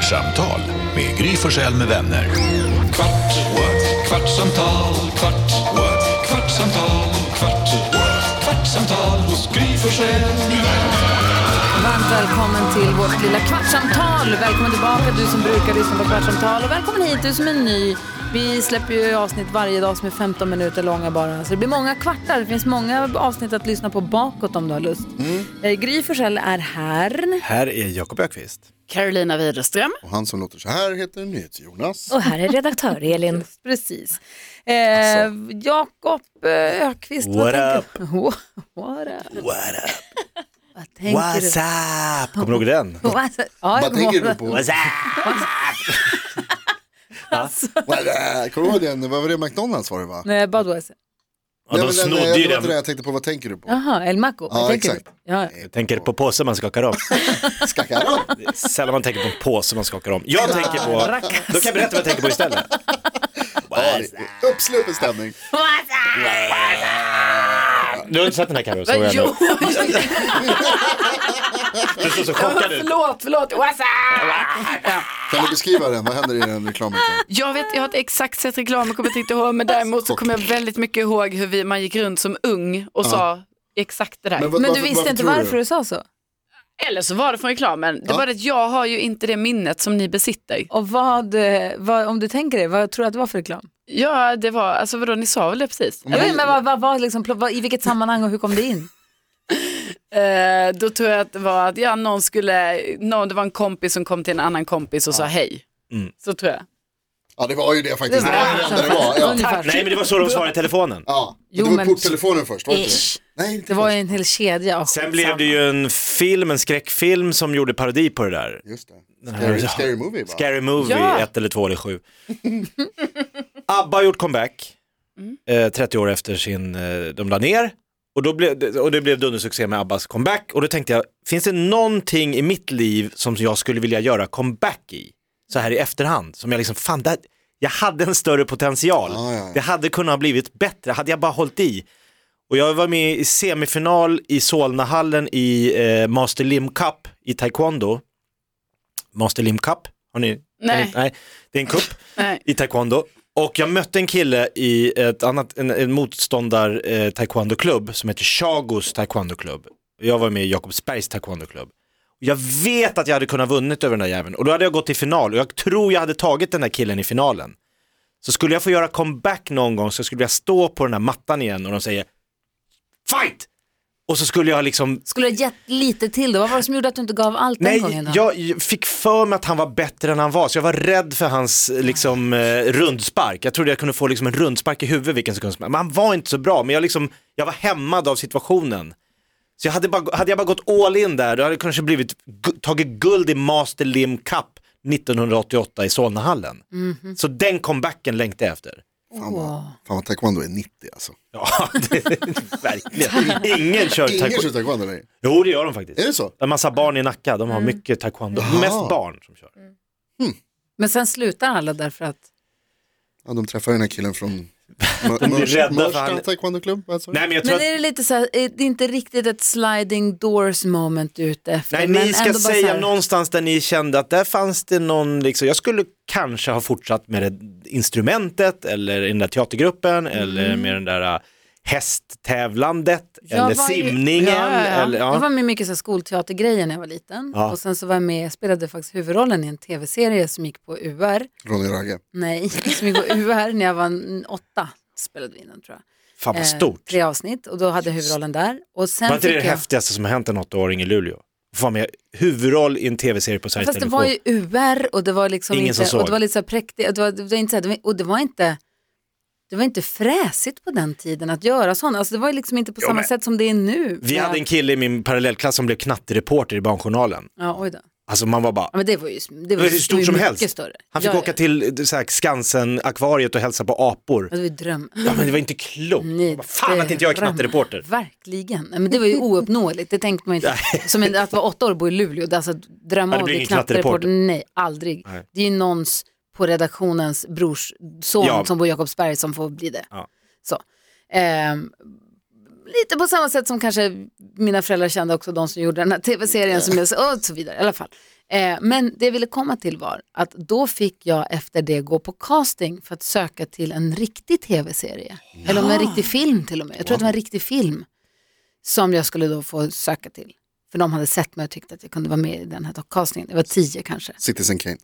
Kvartsamtal med Gry Forssell med vänner. Kvart, what? Kvartsamtal, kvart, what? Kvartsamtal, kvart, what? Kvartsamtal hos Gry Forssell med vänner. Varmt välkommen till vårt lilla kvartsamtal. Välkommen tillbaka du som brukar lyssna på kvartsamtal. Och välkommen hit du som är ny. Vi släpper ju avsnitt varje dag som är 15 minuter långa bara. Så det blir många kvartar. Det finns många avsnitt att lyssna på bakåt om du har lust. Gry Forssell är här. Här är Jakob Ökvist. Carolina Widerström. Och han som låter så här heter NyhetsJonas. Och här är redaktör Elin. Precis. Jakob Ökvist. What up? What up? What up? Vad tänker What's up? Kommer du ihåg den? du? Vad tänker du på? What's up? Kommer du ihåg den? Vad var det McDonalds var det va? Nej, Budweiser. Ja, de snodde ju det var den. det jag tänkte på, vad tänker du på? Jaha, El Maco. Ja, exakt. Ja. Jag tänker på påsen man skakar om. Skakar de? Det är sällan man tänker på en påse man skakar om. Jag tänker på... Då kan jag berätta vad jag tänker på istället. Uppsluppen stämning. Du har inte sett den här Karo? Jo. Du står så chockad ut. Förlåt. Kan du beskriva den? Vad händer i den reklamen? Jag har inte exakt sett reklamen, kommer jag inte ihåg, men däremot så kommer jag väldigt mycket ihåg hur man gick runt som ung och sa exakt det där. Men du visste inte varför du sa så? Eller så var det från reklamen. Det var det att jag har ju inte det minnet som ni besitter. Och vad om du tänker det, vad tror du att det var för reklam? Ja, det var, alltså vadå, ni sa väl det precis? Jag vet, men vad liksom, i vilket sammanhang och hur kom det in? Då tror jag att det var att det var en kompis som kom till en annan kompis och sa hej. Så tror jag. Ja, det var ju det faktiskt. Det var Nej, men det var så de svarade i telefonen. Ja, Jo, det var men- porttelefonen först, var det inte? Nej, inte Det var ju först. en hel kedja. Sen blev det ju en skräckfilm som gjorde parodi på det där. Just det. Scary Movie va? Scary Movie, Ja. 1 eller 2 eller 7. ABBA har gjort comeback 30 år efter de la ner. Och det blev dundersuccé med Abbas comeback. Och då tänkte jag, finns det någonting i mitt liv som jag skulle vilja göra comeback i? Så här i efterhand. Som jag liksom, jag hade en större potential. Ja. Det hade kunnat ha blivit bättre, hade jag bara hållit i. Och jag var med i semifinal i Solnahallen i Master Lim Cup i taekwondo. Master Lim Cup, har ni? Nej. Nej, det är en cup Nej. i taekwondo. Och jag mötte en kille i en motståndar taekwondo-klubb som heter Chagos taekwondo-klubb. Jag var med i Jakobsbergs taekwondo-klubb. Jag vet att jag hade kunnat vunnit över den där jäveln. Och då hade jag gått till final. Och jag tror jag hade tagit den där killen i finalen. Så skulle jag få göra comeback någon gång, så skulle jag stå på den här mattan igen och de säger fight! Och så skulle jag liksom... Skulle du ha gett lite till då? Vad var det som gjorde att du inte gav allt den gången då? Jag fick för mig att han var bättre än han var. Så jag var rädd för hans liksom, rundspark. Jag trodde jag kunde få liksom, en rundspark i huvudet vilken sekund som helst. Men han var inte så bra. Men jag var hämmad av situationen. Så hade jag bara gått all in där, då hade jag kanske tagit guld i Master Lim Cup 1988 i Solnahallen. Så den comebacken längtade jag efter. Fan vad taekwondo är 90 alltså. Ja, verkligen. Ingen kör Ingen kör taekwondo längre. Jo, det gör de faktiskt. Är det så? En massa barn i Nacka, de har mycket taekwondo. Jaha. Mest barn som kör. Men sen slutar alla därför att... Ja, de träffar den här killen från blir rädda för han- Mörsta taekwondo-klubb. Alltså. Nej, men jag tror Men är det lite så här, är det inte riktigt ett sliding doors moment ute efter? Nej, men ni ska ändå bara säga så här- någonstans där ni kände att där fanns det någon, liksom, jag skulle kanske ha fortsatt med det instrumentet eller i den där teatergruppen eller med den där hästtävlandet Jag eller var ju- simningen. Ja. Eller, Jag var med mycket så här skolteatergrejer när jag var liten. Ja. Och sen så var jag med, jag spelade faktiskt huvudrollen i en tv-serie som gick på UR. Ronny Ragge. Nej, som gick på UR när jag var 8. Spelade vi in den tror jag. Fan vad stort. 3 avsnitt och då hade jag huvudrollen där. Och sen Var inte det fick det jag... häftigaste som har hänt en 8-åring i Luleå? Fan med huvudroll i en tv-serie på Sveriges Fast det Television. var ju UR och det var liksom Ingen som inte, såg. och det var lite så här präktigt, det var inte så här, och det var inte fräsigt på den tiden att göra sånt. Alltså det var ju liksom inte på samma sätt som det är nu. Vi hade en kille i min parallellklass som blev knattereporter i Barnjournalen. Ja, oj då. Alltså man var bara... Ja, men det var ju hur stort som mycket helst. Större. Han fick åka till så här, Skansen-akvariet och hälsa på apor. Det var ju dröm. Ja, men det var inte klokt. Nej, Vad fan att inte jag är dröm. knattereporter. Verkligen. Nej, men det var ju ouppnåeligt. Det tänkte man inte. Att vara 8 år och bo i Luleå. Det alltså drömma Ja, det om blir att bli ingen knattereporter. knattereporter. Nej, aldrig. Nej. Det är ju någons på redaktionens brors son Ja. som bor i Jakobsberg som får bli det. Ja. Så. lite på samma sätt som kanske mina föräldrar kände också, de som gjorde den här tv-serien som jag, och så vidare i alla fall. Men det jag ville komma till var att då fick jag efter det gå på casting för att söka till en riktig tv-serie. Eller om en riktig film till och med. Jag tror att det var en riktig film som jag skulle då få söka till. För de hade sett mig och tyckte att jag kunde vara med i den här castingen. Det var 10 kanske. Citizen Kane.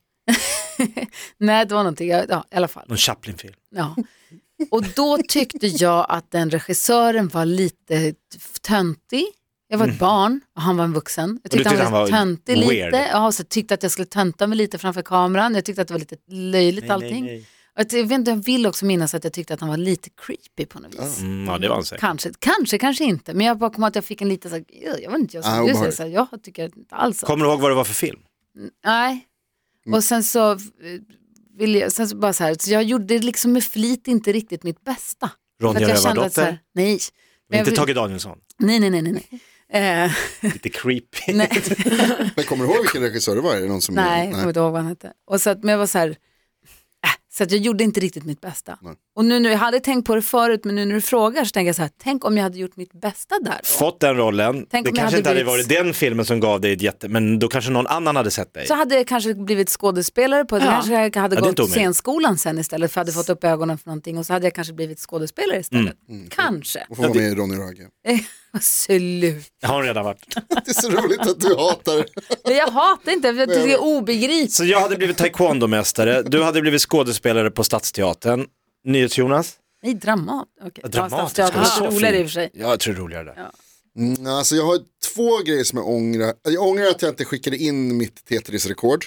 Nej, det var någonting, ja, i alla fall. Någon Chaplin-film. Ja. Och då tyckte jag att den regissören var lite töntig. Jag var ett barn och han var en vuxen. Jag tyckte han var töntig weird. lite. Ja, så jag tyckte att jag skulle tönta mig lite framför kameran. Jag tyckte att det var lite löjligt allting. Nej. Jag vill också minnas att jag tyckte att han var lite creepy på något vis. Ja, det var han säkert. Kanske inte. Men jag bara kom att jag fick en lite så här, jag vet inte, jag tycker inte alls. Kommer du ihåg vad det var för film? Nej. Och sen så sen så bara så här, så jag gjorde liksom med flit inte riktigt mitt bästa. Ronja Rövardotter? Nej. Men inte Tage Danielsson? Nej. Lite creepy. Nej. Men kommer du ihåg vilken regissör det var? Är det någon som Nej, jag kommer inte ihåg vad han hette. Och så att, men jag var så här, så att jag gjorde inte riktigt mitt bästa. Nej. Och nu jag hade tänkt på det förut, men nu när du frågar så tänker jag så här, tänk om jag hade gjort mitt bästa där. Fått den rollen. Tänk det om kanske jag inte hade hade varit den filmen som gav dig ett men då kanske någon annan hade sett dig. Så hade jag kanske blivit skådespelare på det. Kanske jag hade gått scenskolan sen istället, för jag hade fått upp ögonen för någonting. Och så hade jag kanske blivit skådespelare istället. Kanske. Och få vara med i Ronny Röge. Absolut. Jag har redan varit. Det är så roligt att du hatar. Jag hatar inte, för jag tycker det är obegripligt. Så jag hade blivit taekwondo-mästare. Du hade blivit skådespelare på Stadsteatern. NyhetsJonas? Nej, dramat. Okay. Dramatiskt. Ja, det är roligare i och för sig. Ja, jag tror det är roligare där. Ja. Alltså jag har 2 grejer som jag ångrar. Jag ångrar att jag inte skickade in mitt Tetris-rekord.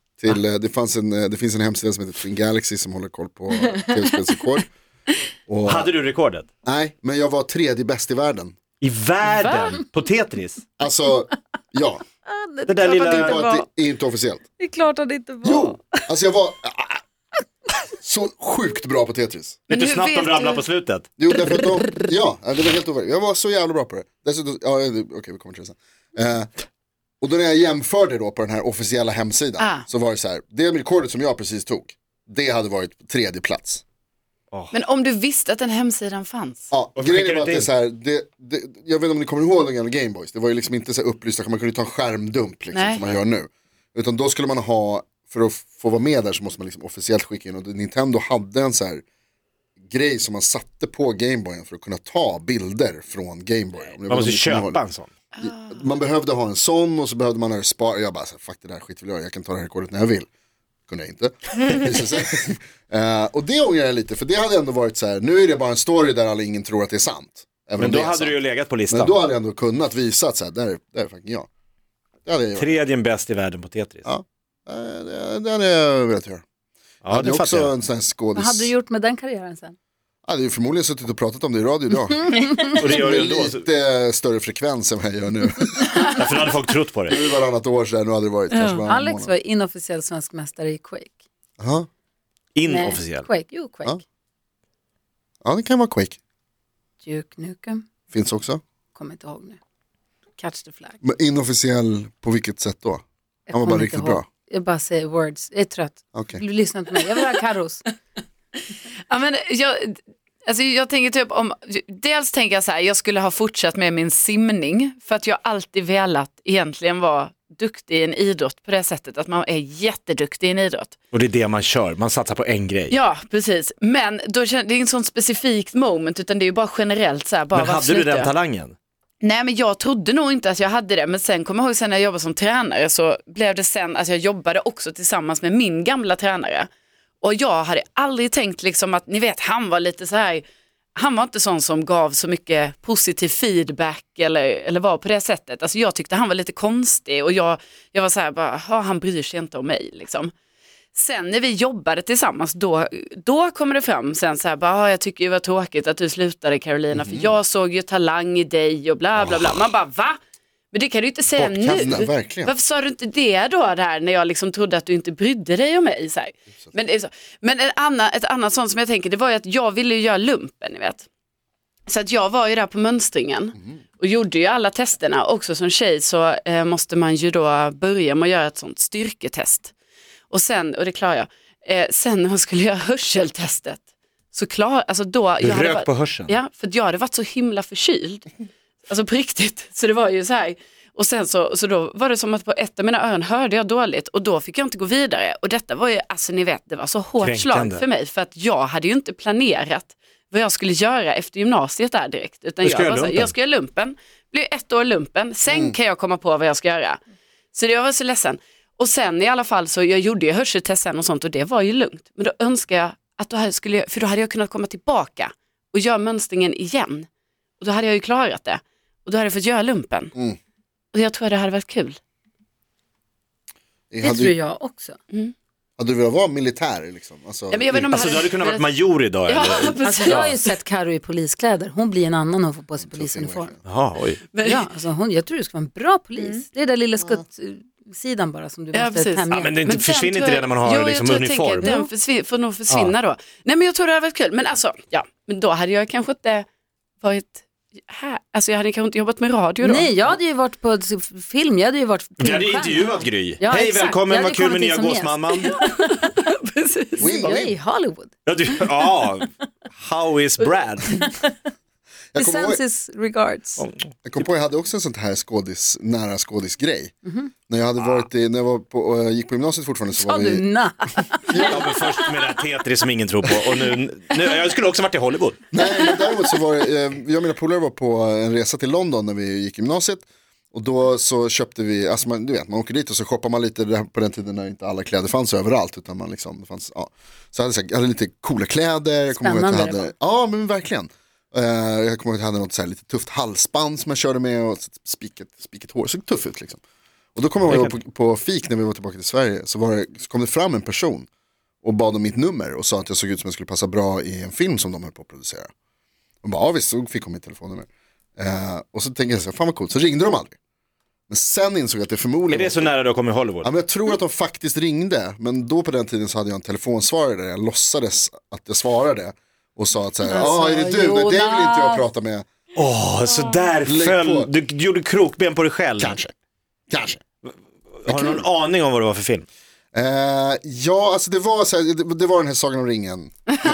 Det finns en hemsida som heter Twin Galaxy som håller koll på tv-spelsrekord. Hade du rekordet? Nej, men jag var 3:e bäst i världen. I världen? På Tetris? Alltså, ja. Det där lilla... Det är inte officiellt. Det är klart att det inte var. Jo, alltså jag var så sjukt bra på Tetris. Vet du hur snabbt de ramlar på slutet? Jo, därför att det var helt overkligt. Jag var så jävla bra på det. Dessutom, okej, vi kommer till det sen. Och då när jag jämförde då på den här officiella hemsidan så var det så här, det rekordet som jag precis tog, det hade varit på 3:e plats. Men om du visste att den hemsidan fanns? Ja, grejen var att det är så här, jag vet inte om ni kommer ihåg de gamla Gameboys, det var ju liksom inte så upplysta, man kunde ta en skärmdump liksom, som man gör nu. Utan då skulle man ha, för att få vara med där så måste man liksom officiellt skicka in, och Nintendo hade en så här grej som man satte på Gameboyen för att kunna ta bilder från Gameboy. Man måste köpa en sån. Man behövde ha en sån, och så behövde man spara. Jag bara, fuck det där, skit vill jag kan ta det här rekordet när jag vill. Kunde jag inte. Och det ångrar jag lite, för det hade ändå varit så här, nu är det bara en story där ingen tror att det är sant. Men då hade du ju legat på listan. Men då hade jag ändå kunnat visa att så här, där är fucking jag. Det hade jag gjort. 3:e bäst i världen på Tetris. Ja, det hade jag velat göra. Ja, hade också en sån här skådis. Vad hade du gjort med den karriären sen? Jag hade ju förmodligen suttit och pratat om det i radio idag. Och det gör du ändå. Lite större frekvens än vad jag gör nu. Därför hade folk trott på det. Det var varannat år sedan, nu hade det varit kanske bara Alex var inofficiell svensk mästare i Quake. Aha. Inofficiell. Quake. Ja, det kan vara Quake. Duke Nukem. Finns också. Kommer inte ihåg nu. Catch the Flag. Men inofficiell på vilket sätt då? Han var bara riktigt bra. Jag bara säger words. Jag är trött. Okay. Du lyssnar på mig. Jag vill ha Karos. Ja, men jag tänker typ om, dels tänker jag så här, jag skulle ha fortsatt med min simning, för att jag alltid velat egentligen vara duktig i en idrott på det sättet, att man är jätteduktig i en idrott. Och det är det man kör, man satsar på en grej. Ja, precis. Men då, det är inte sånt specifikt moment, utan det är ju bara generellt så här, bara. Men hade du den talangen? Nej, men jag trodde nog inte att jag hade det. Men sen kommer jag ihåg, sen när jag jobbade som tränare, så blev det sen att jag jobbade också tillsammans med min gamla tränare. Och jag hade aldrig tänkt liksom att, ni vet, han var lite så här, han var inte sån som gav så mycket positiv feedback eller var på det sättet. Alltså jag tyckte han var lite konstig, och jag var så här bara, han bryr sig inte om mig liksom. Sen när vi jobbade tillsammans, då kommer det fram sen så här, bara, jag tycker det var tråkigt att du slutade, Carolina, för jag såg ju talang i dig och bla bla bla. Man bara, va? Men det kan du inte säga nu. Verkligen. Varför sa du inte det då där, när jag liksom trodde att du inte brydde dig om mig? Så här. Men ett annat sånt som jag tänker, det var ju att jag ville göra lumpen, ni vet. Så att jag var ju där på mönstringen och gjorde ju alla testerna. Också som tjej så måste man ju då börja med att göra ett sånt styrketest. Och det klarar jag. Sen när man skulle göra hörseltestet, så alltså då... Du rök på hörseln. Ja, för jag hade varit så himla förkyld. Alltså på riktigt. Så det var ju så här. Och sen så då var det som att på ett av mina öron hörde jag dåligt. Och då fick jag inte gå vidare. Och detta var ju, alltså ni vet, det var så hårt slag för mig. För att jag hade ju inte planerat vad jag skulle göra efter gymnasiet där direkt. Utan jag ska göra lumpen. Blir 1 år lumpen. Sen kan jag komma på vad jag ska göra. Så jag var så ledsen. Och sen i alla fall så jag gjorde hörseltest sen och sånt. Och det var ju lugnt. Men då önskar jag att för då hade jag kunnat komma tillbaka. Och göra mönstringen igen. Och då hade jag ju klarat det. Och då hade jag fått göra lumpen. Och jag tror att det hade varit kul. Det tror jag också. Hade du velat vara militär liksom? Alltså, du hade kunnat vara major idag eller? Alltså, jag har ju sett Karo i poliskläder. Hon blir en annan och får på sig polisuniform. Jaha, oj. Ja, alltså jag tror du ska vara en bra polis. Det är där lilla skuttsidan bara som du måste tämja. Men det försvinner inte det när man har liksom uniform. Den får nog försvinna då. Nej, men jag tror det hade varit kul. Men alltså, men då hade jag kanske inte varit här. Alltså jag hade kanske inte jobbat med radio då. Nej, jag hade ju varit på film. Jag hade ju varit Vi hade intervjuat Gry. Ja, hej, exakt. välkommen, vad kul med nya Gåsmamman. Precis. Jag är i Hollywood. How is Brad? Jag kommer regards. Jag kom på jag hade också en sån här nära skådisgrej. När jag hade varit när jag var på, gick på gymnasiet fortfarande så var vi... Ja, men först med det här Tetris som ingen tror på. Och nu jag skulle också varit i Hollywood. Nej, men däremot så var det, jag och mina polare var på en resa till London när vi gick gymnasiet. Och då så köpte vi, alltså man åker dit och så shoppar man lite på den tiden när inte alla kläder fanns överallt. Utan man liksom, det fanns, Så jag hade lite coola kläder. Spännande. Ja, men verkligen. Jag kommer ihåg att jag hade något så här lite tufft halsband som jag körde med och spiket hår, så tuff ut liksom. Och då kom jag ihåg på fik när vi var tillbaka till Sverige så kom det fram en person och bad om mitt nummer och sa att jag såg ut som jag skulle passa bra i en film som de höll på att producera. Och bara, visst, så fick hon mitt telefonnummer. Och så tänkte jag så här, fan vad coolt, så ringde de aldrig. Men sen insåg jag att det förmodligen... Är det så nära du kommer i Hollywood? Ja, men jag tror att de faktiskt ringde, men då på den tiden så hade jag en telefonsvarare där jag låtsades att jag svarade. Och sa att så här, är det du? Nej, det vill inte jag prata med. Så där föll. Du gjorde krokben på dig själv. Kanske. Har du någon aning om vad det var för film? Ja, alltså det var den här Sagan om ringen.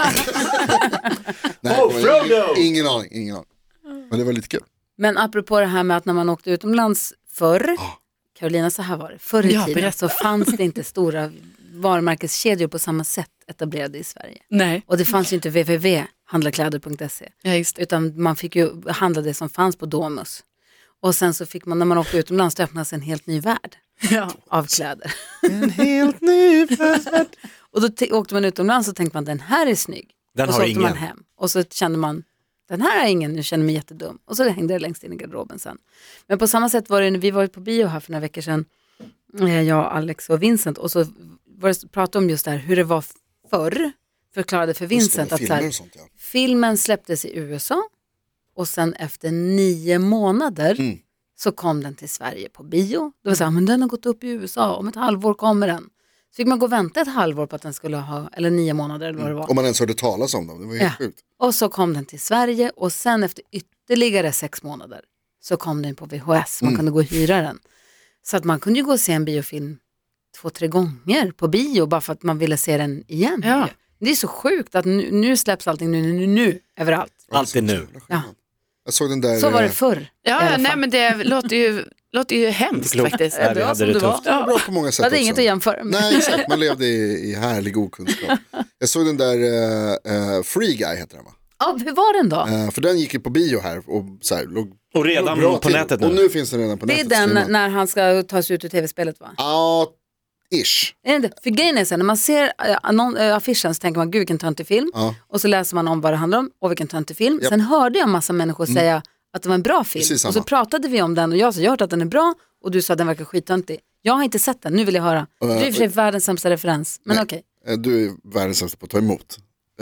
Nej, ingen aning. Men det var lite kul. Men apropå det här med att när man åkte utomlands förr, Carolina, så här var det. Förr i tiden så fanns det inte stora varumärkeskedjor på samma sätt etablerade i Sverige. Nej. Och det fanns ju inte www.handlarkläder.se. Ja, just det. Utan man fick ju handla det som fanns på Domus. Och sen så fick man, när man åkte utomlands, öppnas en helt ny värld av kläder. En helt ny värld. Och då åkte man utomlands och tänkte man, den här är snygg. Den och så har åkte ingen. man hem. Och så kände man, den här har ingen, nu känner mig jättedum. Och så hängde det längst in i garderoben sen. Men på samma sätt var det när vi var på bio här för några veckor sedan. Jag, Alex och Vincent. Och så pratade om just det här, hur det var förr. Förklarade för Vincent att så här, filmen släpptes i USA. Och sen efter 9 månader så kom den till Sverige på bio. Det var så här, men den har gått upp i USA, om ett halvår kommer den. Så fick man gå och vänta ett halvår på att den skulle ha, eller 9 månader eller vad det var. Om man ens hörde talas om dem, det var helt sjukt. Och så kom den till Sverige och sen efter ytterligare 6 månader så kom den på VHS. Man kunde gå och hyra den. Så att man kunde ju gå och se en biofilm 2-3 gånger på bio bara för att man ville se den igen. Ja. Det är så sjukt att nu släpps allting nu överallt. Alltid nu. Ja. Jag såg den där... Så var det förr. Ja, nej men det låter ju hemskt faktiskt. Nej, vi hade det tufft. Det var bra på många sätt. Jag hade också. inget att jämföra med. Nej, exakt. Man levde i härlig okunskap. Jag såg den där Free Guy heter den, va? Ja, hur var den då? För den gick ju på bio här och så här, Och redan bra på till. nätet nu. Och nu finns den redan på Det är nätet. den när han ska ta sig ut ur tv-spelet, va? Ja, ish. Är det inte? För grejen är så, när man ser affischen så tänker man, gud vilken töntig film. Ja. Och så läser man om vad det handlar om och vilken töntig film. Japp. Sen hörde jag en massa människor säga att det var en bra film. Precis Och så samma. pratade vi om den och jag sa, jag har hört att den är bra. Och du sa att den verkar skittöntig. Jag har inte sett den, nu vill jag höra. Du är i och för sig världens sämsta referens, men okej. Du är världens sämsta på att ta emot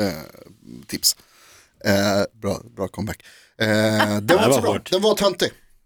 tips. Bra comeback. Den var inte så bra. Den var töntig.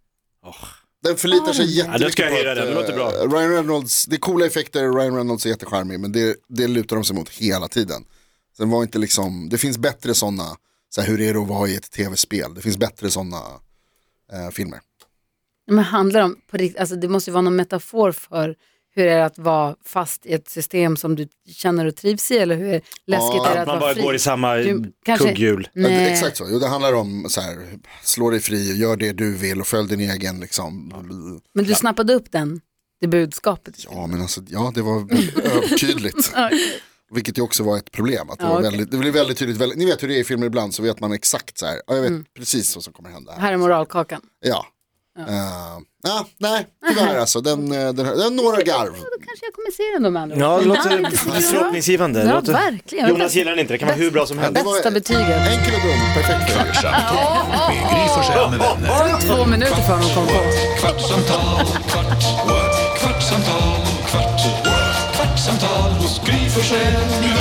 Den förlitar sig jättemycket då ska jag på hyra att, den, det låter bra. Ryan Reynolds, det är coola effekter, Ryan Reynolds är jättecharmig, men det lutar de sig mot hela tiden. Sen var inte liksom, det finns bättre sådana, så här, hur är det att vara i ett tv-spel? Det finns bättre sådana filmer. Men handlar om, på riktigt, alltså det måste ju vara någon metafor för hur är det att vara fast i ett system som du känner och trivs i, eller hur läskigt är det att man vara bara fri? går i samma kanske- kugghjul. Nej. Exakt så, jo, det handlar om så här, slå dig fri och gör det du vill och följ din egen liksom. Men du snappade upp det budskapet? Ja, men alltså, ja, det var övertydligt. Vilket ju också var ett problem. Att det, var väldigt, det blev väldigt tydligt. Ni vet hur det är i filmer ibland, så vet man exakt så här. Ja, jag vet precis vad som kommer hända. Här är moralkakan. Ja. Nej, tyvärr alltså. Den några garv. Då kanske jag kommer se den då med andra. Ja, det låter förhoppningsgivande. Ja, verkligen. Jonas gillar den inte, det kan vara hur bra som helst. Bästa betyget. Enkel och dum, perfekt. Kvartsamtal med Gry Forssell med vänner. 2 minuter för honom kom på. Kvartsamtal, kvart, what? Kvartsamtal, kvart, what? Kvartsamtal hos Gry Forssell med vänner.